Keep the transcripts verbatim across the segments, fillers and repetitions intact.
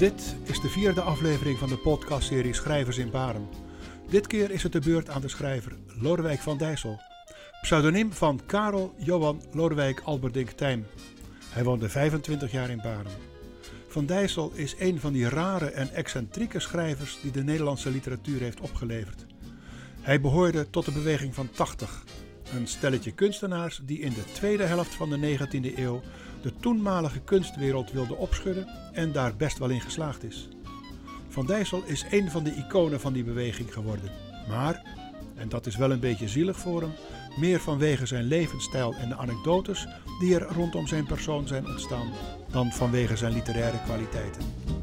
Dit is de vierde aflevering van de podcastserie Schrijvers in Baren. Dit keer is het de beurt aan de schrijver Lodewijk van Dijssel, pseudoniem van Karel Johan Lodewijk Alberdink Tijm. Hij woonde vijfentwintig jaar in Baren. Van Dijssel is een van die rare en excentrieke schrijvers die de Nederlandse literatuur heeft opgeleverd. Hij behoorde tot de beweging van tachtig, een stelletje kunstenaars die in de tweede helft van de negentiende eeuw de toenmalige kunstwereld wilde opschudden en daar best wel in geslaagd is. Van Dijssel is een van de iconen van die beweging geworden. Maar, en dat is wel een beetje zielig voor hem, meer vanwege zijn levensstijl en de anekdotes die er rondom zijn persoon zijn ontstaan, dan vanwege zijn literaire kwaliteiten.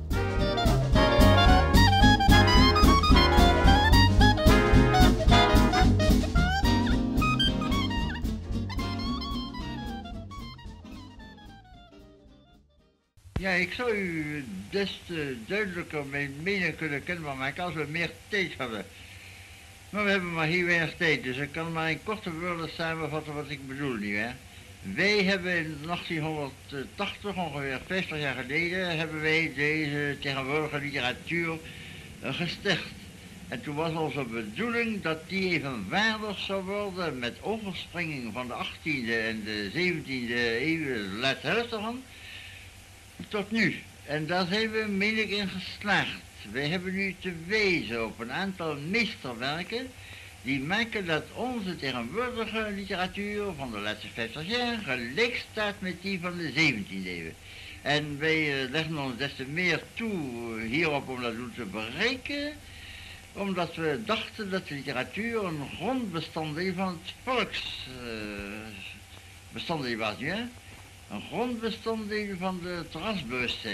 Ja, ik zou u des te duidelijker mijn mening kunnen kenbaar maken als we meer tijd hadden. Maar we hebben maar heel weinig tijd, dus ik kan maar in korte woorden samenvatten wat ik bedoel nu, hè. Wij hebben in achttienhonderdtachtig, ongeveer vijftig jaar geleden, hebben wij deze tegenwoordige literatuur uh, gesticht. En toen was onze bedoeling dat die evenwaardig zou worden met overspringing van de achttiende en de zeventiende eeuw, de laatste helft ervan, tot nu. En daar zijn we, meen ik, in geslaagd. Wij hebben nu te wijzen op een aantal meesterwerken die maken dat onze tegenwoordige literatuur van de laatste vijftig jaar gelijk staat met die van de zeventiende eeuw. En wij leggen ons des te meer toe hierop om dat doel te bereiken, omdat we dachten dat de literatuur een grondbestanddeel van het volksbestanddeel uh, was, ja? Een grondbestanddeel van het rasbewustzijn.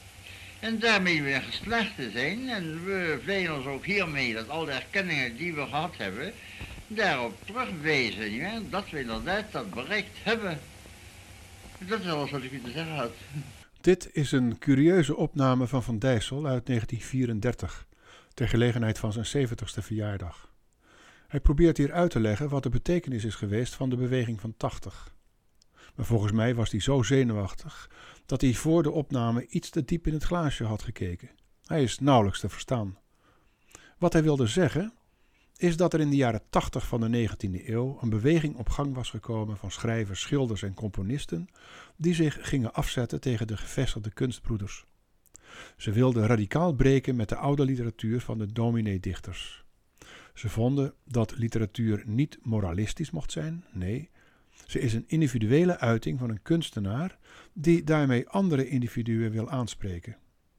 En daarmee weer geslaagd te zijn, en we vleien ons ook hiermee dat al de erkenningen die we gehad hebben, daarop terugwijzen, ja? Dat we inderdaad dat bereikt hebben. Dat is alles wat ik u te zeggen had. Dit is een curieuze opname van Van Dijssel uit negentien vierendertig, ter gelegenheid van zijn zeventigste verjaardag. Hij probeert hier uit te leggen wat de betekenis is geweest van de beweging van tachtig. Maar volgens mij was hij zo zenuwachtig dat hij voor de opname iets te diep in het glaasje had gekeken. Hij is nauwelijks te verstaan. Wat hij wilde zeggen is dat er in de jaren tachtig van de negentiende eeuw een beweging op gang was gekomen van schrijvers, schilders en componisten die zich gingen afzetten tegen de gevestigde kunstbroeders. Ze wilden radicaal breken met de oude literatuur van de dominee-dichters. Ze vonden dat literatuur niet moralistisch mocht zijn, nee. Ze is een individuele uiting van een kunstenaar die daarmee andere individuen wil aanspreken.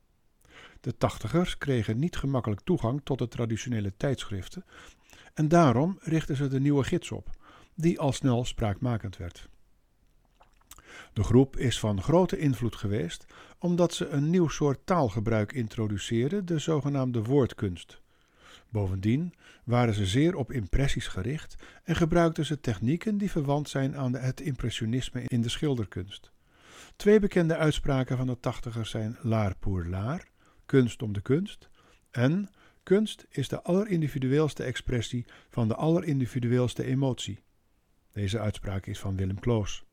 De tachtigers kregen niet gemakkelijk toegang tot de traditionele tijdschriften en daarom richtten ze de Nieuwe Gids op, die al snel spraakmakend werd. De groep is van grote invloed geweest omdat ze een nieuw soort taalgebruik introduceerden, de zogenaamde woordkunst. Bovendien waren ze zeer op impressies gericht en gebruikten ze technieken die verwant zijn aan het impressionisme in de schilderkunst. Twee bekende uitspraken van de tachtigers zijn l'art pour l'art, kunst om de kunst, en kunst is de allerindividueelste expressie van de allerindividueelste emotie. Deze uitspraak is van Willem Kloos.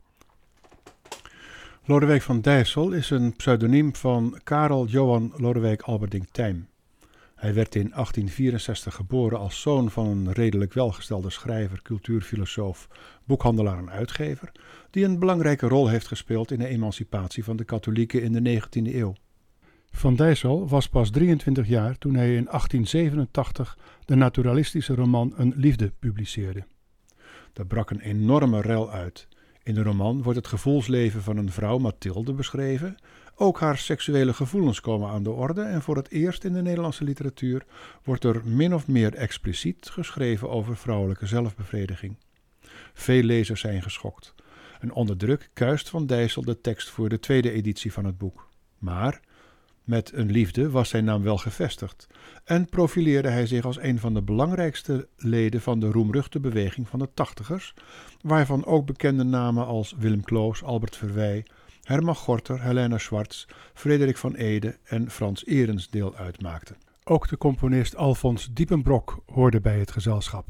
Lodewijk van Dijssel is een pseudoniem van Karel Johan Lodewijk Alberdink Tijm. Hij werd in achttien vierenzestig geboren als zoon van een redelijk welgestelde schrijver, cultuurfilosoof, boekhandelaar en uitgever, die een belangrijke rol heeft gespeeld in de emancipatie van de katholieken in de negentiende eeuw. Van Dijssel was pas drieëntwintig jaar toen hij in achttien zevenentachtig de naturalistische roman Een Liefde publiceerde. Daar brak een enorme rel uit. In de roman wordt het gevoelsleven van een vrouw, Mathilde, beschreven. Ook haar seksuele gevoelens komen aan de orde en voor het eerst in de Nederlandse literatuur wordt er min of meer expliciet geschreven over vrouwelijke zelfbevrediging. Veel lezers zijn geschokt. En onder druk kuist Van Dijssel de tekst voor de tweede editie van het boek. Maar met Een Liefde was zijn naam wel gevestigd en profileerde hij zich als een van de belangrijkste leden van de roemruchte beweging van de tachtigers, waarvan ook bekende namen als Willem Kloos, Albert Verwij, Herman Gorter, Helena Schwartz, Frederik van Eede en Frans Ehrens deel uitmaakten. Ook de componist Alfons Diepenbrok hoorde bij het gezelschap.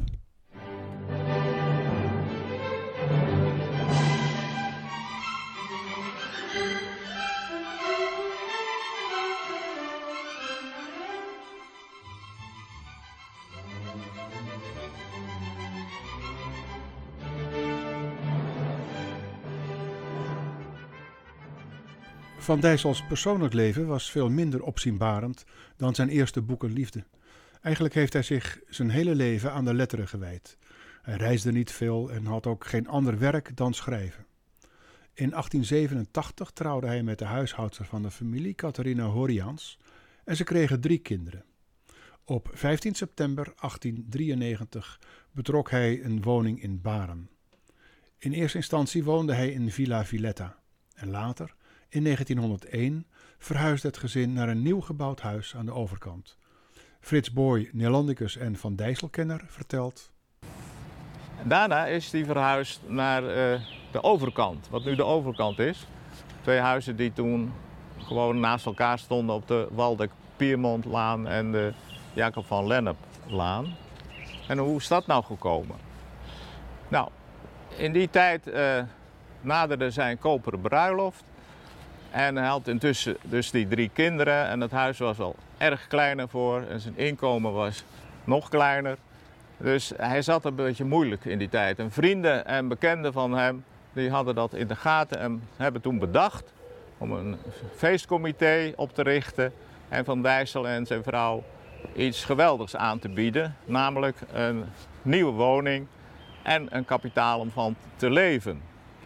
Van Dijssels persoonlijk leven was veel minder opzienbarend dan zijn eerste boek Een Liefde. Eigenlijk heeft hij zich zijn hele leven aan de letteren gewijd. Hij reisde niet veel en had ook geen ander werk dan schrijven. In achttien zevenentachtig trouwde hij met de huishoudster van de familie, Catharina Horians, en ze kregen drie kinderen. Op vijftien september achttien drieënnegentig betrok hij een woning in Baren. In eerste instantie woonde hij in Villa Villetta en later, in negentienhonderdéén, verhuisde het gezin naar een nieuw gebouwd huis aan de overkant. Frits Boy, Neerlandicus en Van Dijssel-kenner, vertelt: Daarna is hij verhuisd naar uh, de overkant, wat nu de overkant is. Twee huizen die toen gewoon naast elkaar stonden op de Waldeck-Piermontlaan en de Jacob van Lenneplaan. En hoe is dat nou gekomen? Nou, in die tijd uh, naderde zijn koperen bruiloft. En hij had intussen dus die drie kinderen en het huis was al erg klein ervoor en zijn inkomen was nog kleiner. Dus hij zat een beetje moeilijk in die tijd. En vrienden en bekenden van hem die hadden dat in de gaten en hebben toen bedacht om een feestcomité op te richten en Van Dijssel en zijn vrouw iets geweldigs aan te bieden. Namelijk een nieuwe woning en een kapitaal om van te leven.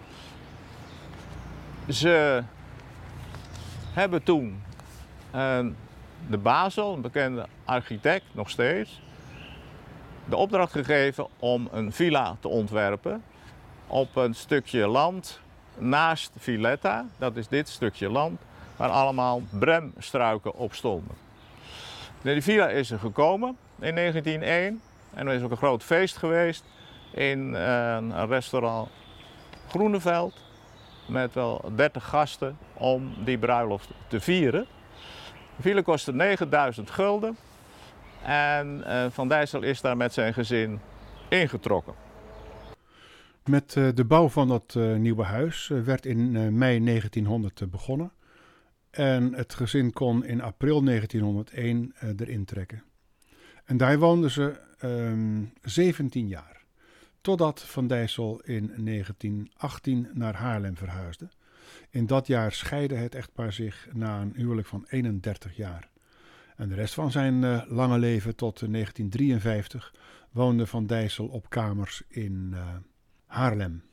Ze hebben toen uh, de Basel, een bekende architect, nog steeds, de opdracht gegeven om een villa te ontwerpen op een stukje land naast Villetta. Dat is dit stukje land waar allemaal bremstruiken op stonden. De villa is er gekomen in negentien één en er is ook een groot feest geweest in uh, een restaurant Groeneveld met wel dertig gasten om die bruiloft te vieren. De villa kostte negenduizend gulden en uh, Van Dijssel is daar met zijn gezin ingetrokken. Met uh, de bouw van dat uh, nieuwe huis uh, werd in uh, mei negentienhonderd uh, begonnen en het gezin kon in april negentienhonderdéén uh, erin trekken. En daar woonden ze um, zeventien jaar. Totdat Van Dijssel in negentien achttien naar Haarlem verhuisde. In dat jaar scheidde het echtpaar zich na een huwelijk van eenendertig jaar. En de rest van zijn uh, lange leven tot negentien drieënvijftig woonde Van Dijssel op kamers in uh, Haarlem.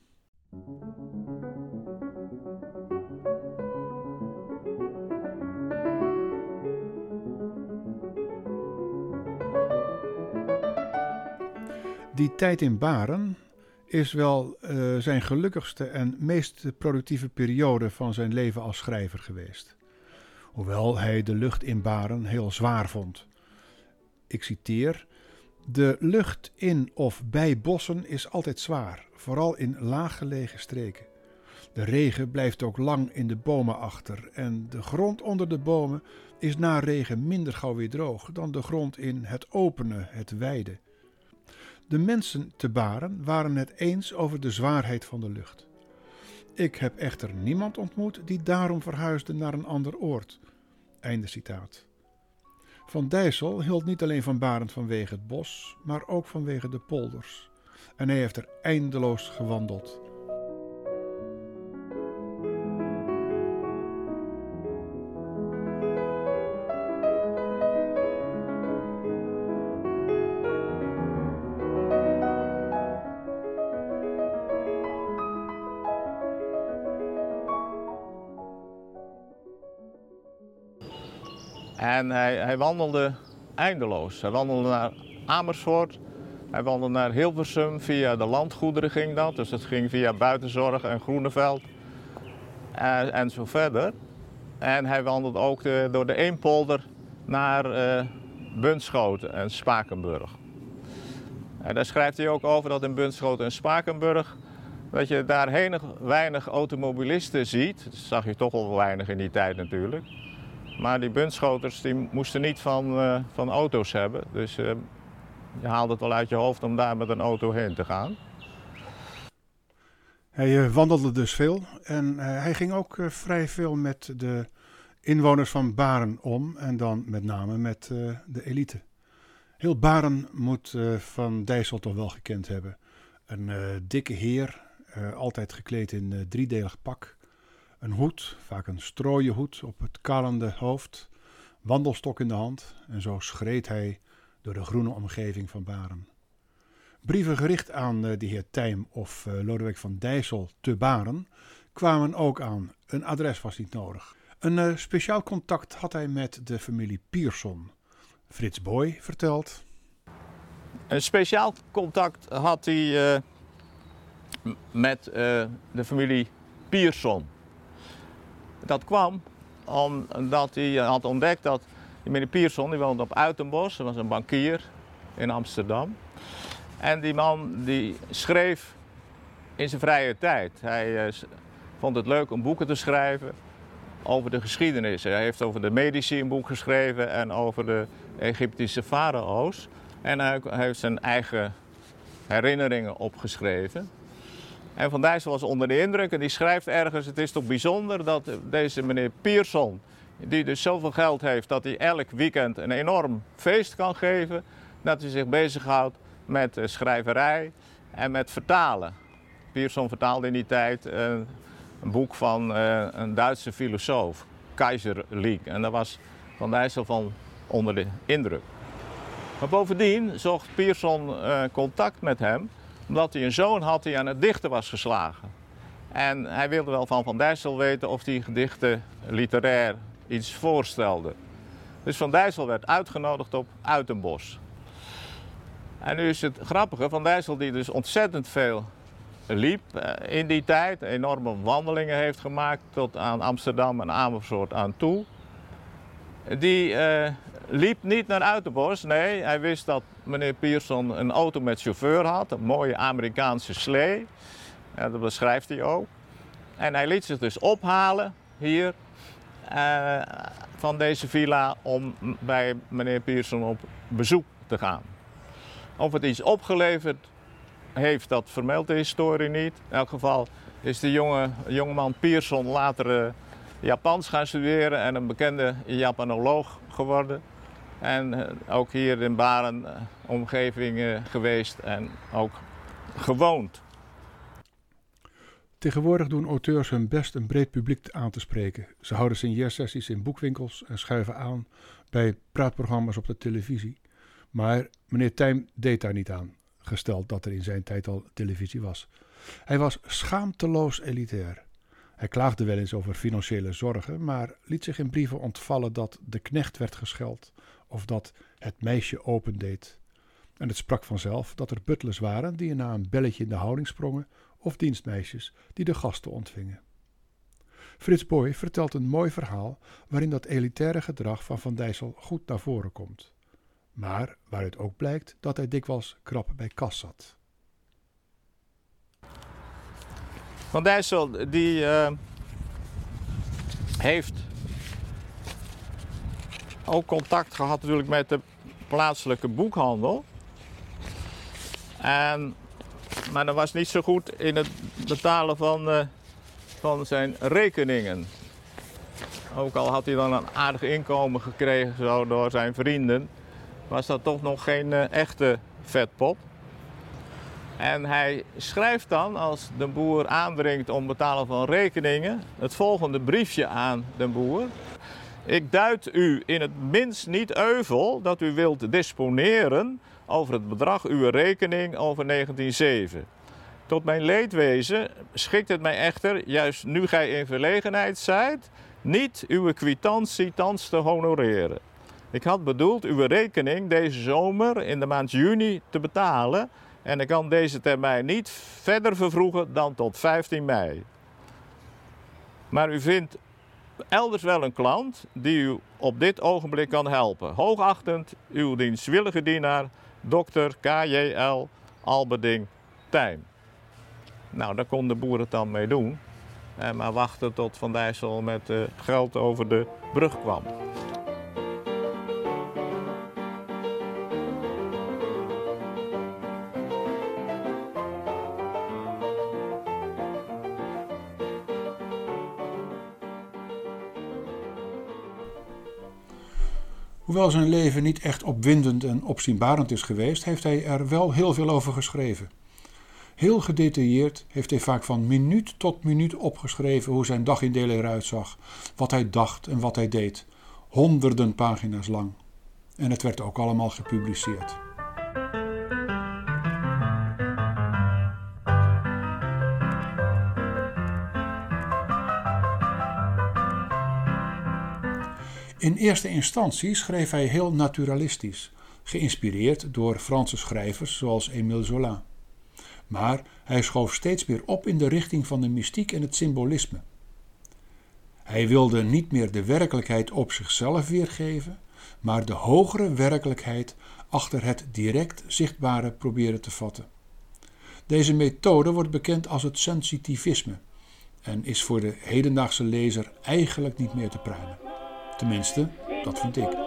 Die tijd in Baren is wel uh, zijn gelukkigste en meest productieve periode van zijn leven als schrijver geweest. Hoewel hij de lucht in Baren heel zwaar vond. Ik citeer: "De lucht in of bij bossen is altijd zwaar, vooral in laaggelegen streken. De regen blijft ook lang in de bomen achter en de grond onder de bomen is na regen minder gauw weer droog dan de grond in het opene, het wijde. De mensen te Baren waren het eens over de zwaarheid van de lucht. Ik heb echter niemand ontmoet die daarom verhuisde naar een ander oord." Einde citaat. Van Dijssel hield niet alleen van Baren vanwege het bos, maar ook vanwege de polders. En hij heeft er eindeloos gewandeld. En hij, hij wandelde eindeloos. Hij wandelde naar Amersfoort, hij wandelde naar Hilversum, via de landgoederen ging dat. Dus dat ging via Buitenzorg en Groeneveld en, en zo verder. En hij wandelde ook de, door de Eempolder naar uh, Bunschoten en Spakenburg. En daar schrijft hij ook over dat in Bunschoten en Spakenburg dat je daar weinig, weinig automobilisten ziet. Dat zag je toch al weinig in die tijd natuurlijk. Maar die Buntschoters die moesten niet van, uh, van auto's hebben. Dus uh, je haalt het wel uit je hoofd om daar met een auto heen te gaan. Hij uh, wandelde dus veel en uh, hij ging ook uh, vrij veel met de inwoners van Baren om. En dan met name met uh, de elite. Heel Baren moet uh, Van Dijssel toch wel gekend hebben. Een uh, dikke heer, uh, altijd gekleed in uh, driedelig pak. Een hoed, vaak een strooien hoed op het kalende hoofd, wandelstok in de hand en zo schreed hij door de groene omgeving van Baren. Brieven gericht aan uh, de heer Tijm of uh, Lodewijk van Dijssel te Baren kwamen ook aan. Een adres was niet nodig. Een uh, speciaal contact had hij met de familie Pierson. Frits Boy vertelt. Een speciaal contact had hij uh, met uh, de familie Pierson. Dat kwam omdat hij had ontdekt dat die meneer Pierson, die woonde op Uitenbos, hij was een bankier in Amsterdam. En die man die schreef in zijn vrije tijd. Hij uh, vond het leuk om boeken te schrijven over de geschiedenis. Hij heeft over de Medici een boek geschreven en over de Egyptische farao's. En hij heeft zijn eigen herinneringen opgeschreven. En Van Dijssel was onder de indruk en die schrijft ergens: het is toch bijzonder dat deze meneer Pierson, die dus zoveel geld heeft dat hij elk weekend een enorm feest kan geven, dat hij zich bezighoudt met schrijverij en met vertalen. Pierson vertaalde in die tijd uh, een boek van uh, een Duitse filosoof, Kaiserlich. En daar was Van Dijssel van onder de indruk. Maar bovendien zocht Pierson uh, contact met hem, omdat hij een zoon had die aan het dichten was geslagen. En hij wilde wel van Van Dijssel weten of die gedichten literair iets voorstelde. Dus Van Dijssel werd uitgenodigd op Uitenbos. En nu is het grappige, Van Dijssel die dus ontzettend veel liep in die tijd, enorme wandelingen heeft gemaakt tot aan Amsterdam en Amersfoort aan toe. Die uh, liep niet naar Uitenbos, nee, hij wist dat meneer Pierson een auto met chauffeur had, een mooie Amerikaanse slee. Ja, dat beschrijft hij ook. En hij liet zich dus ophalen hier uh, van deze villa om bij meneer Pierson op bezoek te gaan. Of het iets opgeleverd heeft, dat vermeldt de historie niet. In elk geval is de jonge, jongeman Pierson later uh, Japans gaan studeren en een bekende Japanoloog geworden. En uh, ook hier in Baren uh, omgeving uh, geweest en ook gewoond. Tegenwoordig doen auteurs hun best een breed publiek aan te spreken. Ze houden signeersessies in boekwinkels en schuiven aan bij praatprogramma's op de televisie. Maar meneer Tijm deed daar niet aan, gesteld dat er in zijn tijd al televisie was. Hij was schaamteloos elitair. Hij klaagde wel eens over financiële zorgen, maar liet zich in brieven ontvallen dat de knecht werd gescheld of dat het meisje opendeed. En het sprak vanzelf dat er butlers waren die na een belletje in de houding sprongen of dienstmeisjes die de gasten ontvingen. Frits Boy vertelt een mooi verhaal waarin dat elitaire gedrag van Van Dijssel goed naar voren komt. Maar waaruit ook blijkt dat hij dikwijls krap bij kas zat. Van Dijssel die uh, heeft ook contact gehad natuurlijk met de plaatselijke boekhandel. En, maar dat was niet zo goed in het betalen van, uh, van zijn rekeningen. Ook al had hij dan een aardig inkomen gekregen zo door zijn vrienden, was dat toch nog geen uh, echte vetpot. En hij schrijft dan, als de boer aandringt om betalen van rekeningen, het volgende briefje aan de boer. Ik duid u in het minst niet euvel dat u wilt disponeren over het bedrag uw rekening over negentien zeven. Tot mijn leedwezen schikt het mij echter, juist nu gij in verlegenheid zijt, niet uw kwitantie thans te honoreren. Ik had bedoeld uw rekening deze zomer in de maand juni te betalen en ik kan deze termijn niet verder vervroegen dan tot vijftien mei. Maar u vindt elders wel een klant die u op dit ogenblik kan helpen. Hoogachtend uw dienstwillige dienaar, dokter K J L Alberding Tijm. Nou, daar kon de boer het dan mee doen. Maar wachten tot Van Dijssel met uh, geld over de brug kwam. Hoewel zijn leven niet echt opwindend en opzienbarend is geweest, heeft hij er wel heel veel over geschreven. Heel gedetailleerd heeft hij vaak van minuut tot minuut opgeschreven hoe zijn dagindeling eruit zag, wat hij dacht en wat hij deed. Honderden pagina's lang. En het werd ook allemaal gepubliceerd. In eerste instantie schreef hij heel naturalistisch, geïnspireerd door Franse schrijvers zoals Émile Zola. Maar hij schoof steeds meer op in de richting van de mystiek en het symbolisme. Hij wilde niet meer de werkelijkheid op zichzelf weergeven, maar de hogere werkelijkheid achter het direct zichtbare proberen te vatten. Deze methode wordt bekend als het sensitivisme en is voor de hedendaagse lezer eigenlijk niet meer te pruimen. Tenminste, dat vind ik.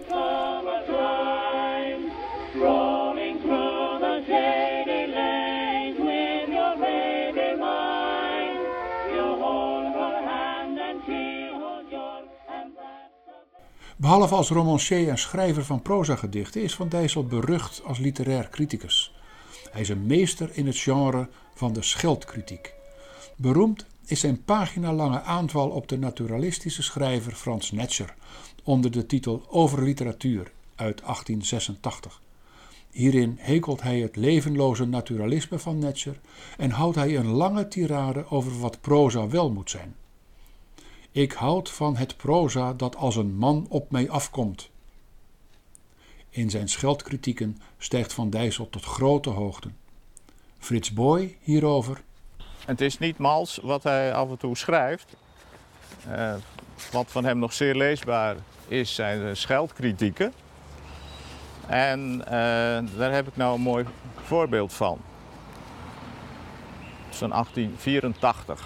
Behalve als romancier en schrijver van prosagedichten is Van Dijssel berucht als literair criticus. Hij is een meester in het genre van de scheldkritiek. Beroemd is zijn paginalange aanval op de naturalistische schrijver Frans Netscher onder de titel Over literatuur uit achttien zesentachtig. Hierin hekelt hij het levenloze naturalisme van Netscher en houdt hij een lange tirade over wat proza wel moet zijn. Ik houd van het proza dat als een man op mij afkomt. In zijn scheldkritieken stijgt Van Dijssel tot grote hoogten. Frits Boy hierover. Het is niet mals wat hij af en toe schrijft. Uh, wat van hem nog zeer leesbaar is, zijn scheldkritieken. En uh, daar heb ik nou een mooi voorbeeld van. Het is van achttien vierentachtig.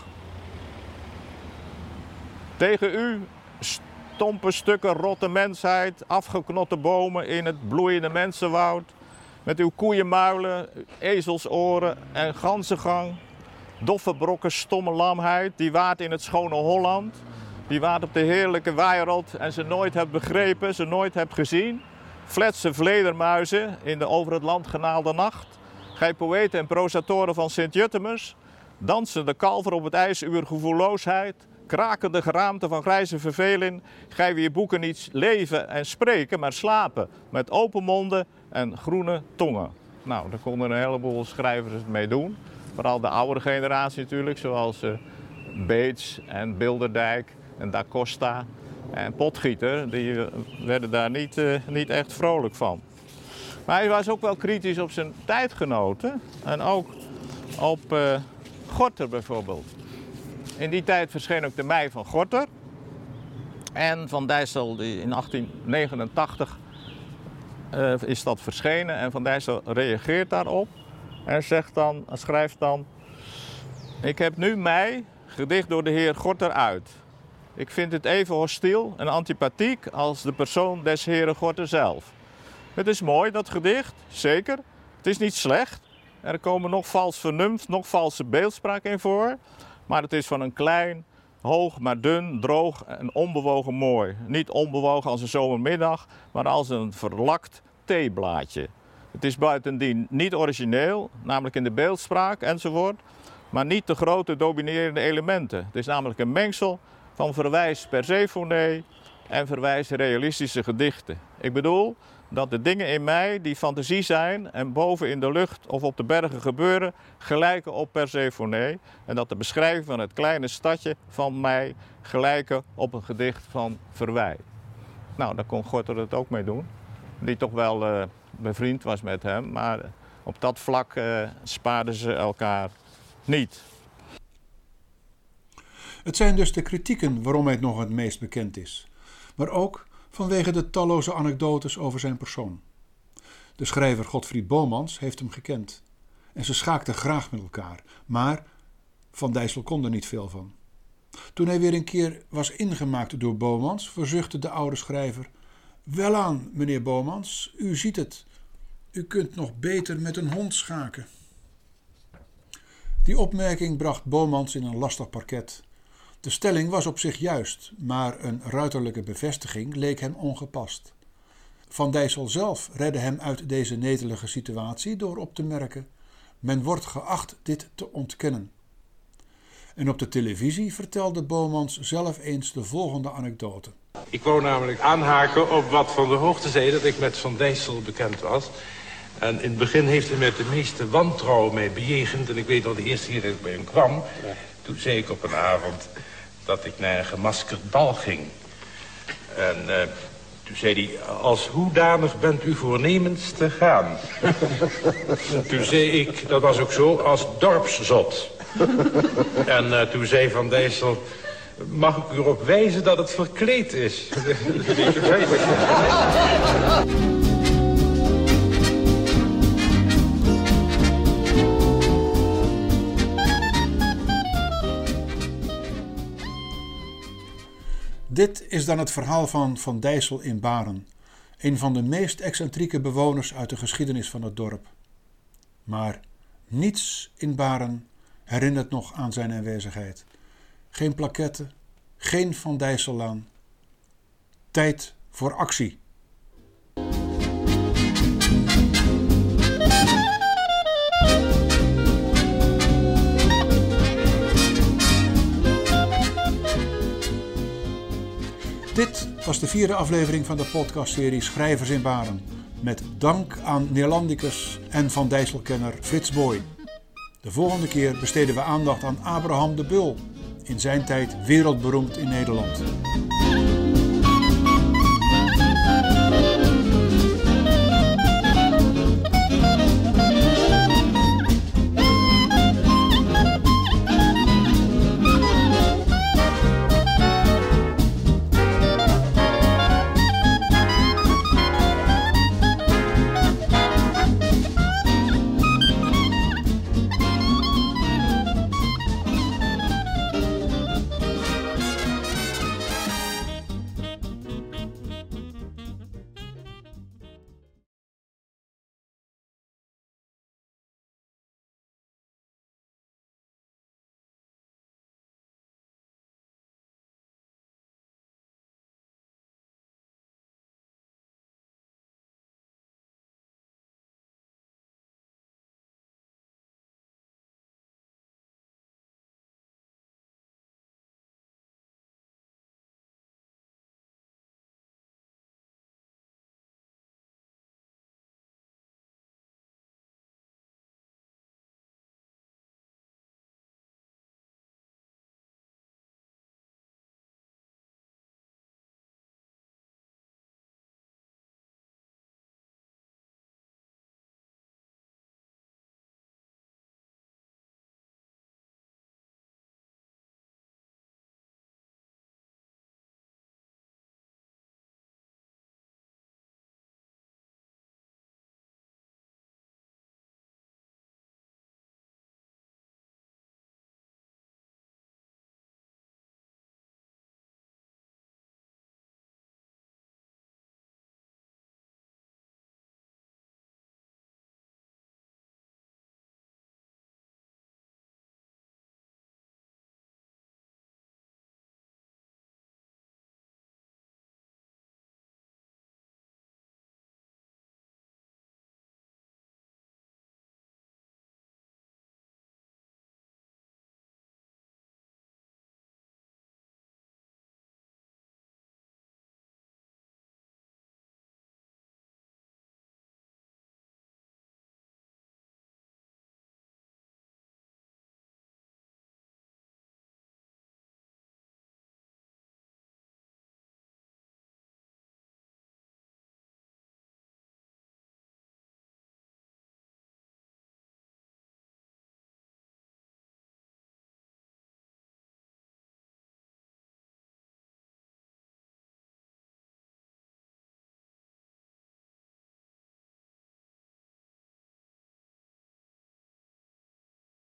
Tegen u, stompe stukken rotte mensheid, afgeknotte bomen in het bloeiende mensenwoud, met uw koeienmuilen, ezelsoren en ganzengang, doffe brokken stomme lamheid, die waart in het schone Holland, die waart op de heerlijke wereld en ze nooit hebt begrepen, ze nooit hebt gezien. Fletse vledermuizen in de over het land genaalde nacht, gij poëten en prosatoren van Sint-Juttemus, dansende kalver op het ijs uwer gevoelloosheid, krakende geraamte van grijze verveling, gij wie boeken niet leven en spreken, maar slapen, met open monden en groene tongen. Nou, daar konden een heleboel schrijvers het mee doen. Vooral de oudere generatie natuurlijk, zoals uh, Beets en Bilderdijk en Da Costa en Potgieter, die uh, werden daar niet, uh, niet echt vrolijk van. Maar hij was ook wel kritisch op zijn tijdgenoten en ook op uh, Gorter bijvoorbeeld. In die tijd verscheen ook de Mei van Gorter. En Van Dijssel, die in achttien negenentachtig uh, is dat verschenen. En Van Dijssel reageert daarop. En zegt dan, schrijft dan: ik heb nu Mei, gedicht door de heer Gorter, uit. Ik vind het even hostiel en antipathiek als de persoon des heren Gorter zelf. Het is mooi, dat gedicht, zeker. Het is niet slecht. Er komen nog vals vernunft, nog valse beeldspraak in voor. Maar het is van een klein, hoog, maar dun, droog en onbewogen mooi. Niet onbewogen als een zomermiddag, maar als een verlakt theeblaadje. Het is buitendien niet origineel, namelijk in de beeldspraak enzovoort, maar niet de grote dominerende elementen. Het is namelijk een mengsel van verwijs Persephone en verwijs realistische gedichten. Ik bedoel dat de dingen in mij die fantasie zijn en boven in de lucht of op de bergen gebeuren, gelijken op Persephone. En dat de beschrijving van het kleine stadje van mij gelijken op een gedicht van Verwij. Nou, daar kon Gorter het ook mee doen. Die toch wel uh, bevriend was met hem, maar op dat vlak uh, spaarden ze elkaar niet. Het zijn dus de kritieken waarom hij nog het meest bekend is. Maar ook vanwege de talloze anekdotes over zijn persoon. De schrijver Godfried Bomans heeft hem gekend. En ze schaakten graag met elkaar. Maar Van Dijssel kon er niet veel van. Toen hij weer een keer was ingemaakt door Bomans, verzuchtte de oude schrijver: welaan, meneer Bomans, u ziet het. U kunt nog beter met een hond schaken. Die opmerking bracht Bomans in een lastig parket. De stelling was op zich juist, maar een ruiterlijke bevestiging leek hem ongepast. Van Dijssel zelf redde hem uit deze netelige situatie door op te merken: Men wordt geacht dit te ontkennen. En op de televisie vertelde Bomans zelf eens de volgende anekdote. Ik wou namelijk aanhaken op wat Van der Hoogte zei, dat ik met Van Dijssel bekend was. En in het begin heeft hij met de meeste wantrouwen mij bejegend. En ik weet al de eerste keer dat ik bij hem kwam, ja. Toen zei ik op een avond dat ik naar een gemaskerd bal ging. En uh, toen zei hij, als hoedanig bent u voornemens te gaan? Toen zei ik, dat was ook zo, als dorpszot. En uh, toen zei Van Dijssel, mag ik u erop wijzen dat het verkleed is? Dit is dan het verhaal van Van Dijssel in Baren, een van de meest excentrieke bewoners uit de geschiedenis van het dorp. Maar niets in Baren herinnert nog aan zijn aanwezigheid. Geen plaquette, geen Van Dijssellaan. Tijd voor actie. Dit was de vierde aflevering van de podcastserie Schrijvers in Baren. Met dank aan Neerlandicus en Van Dijsselkenner Frits Boy. De volgende keer besteden we aandacht aan Abraham de Bul, in zijn tijd wereldberoemd in Nederland.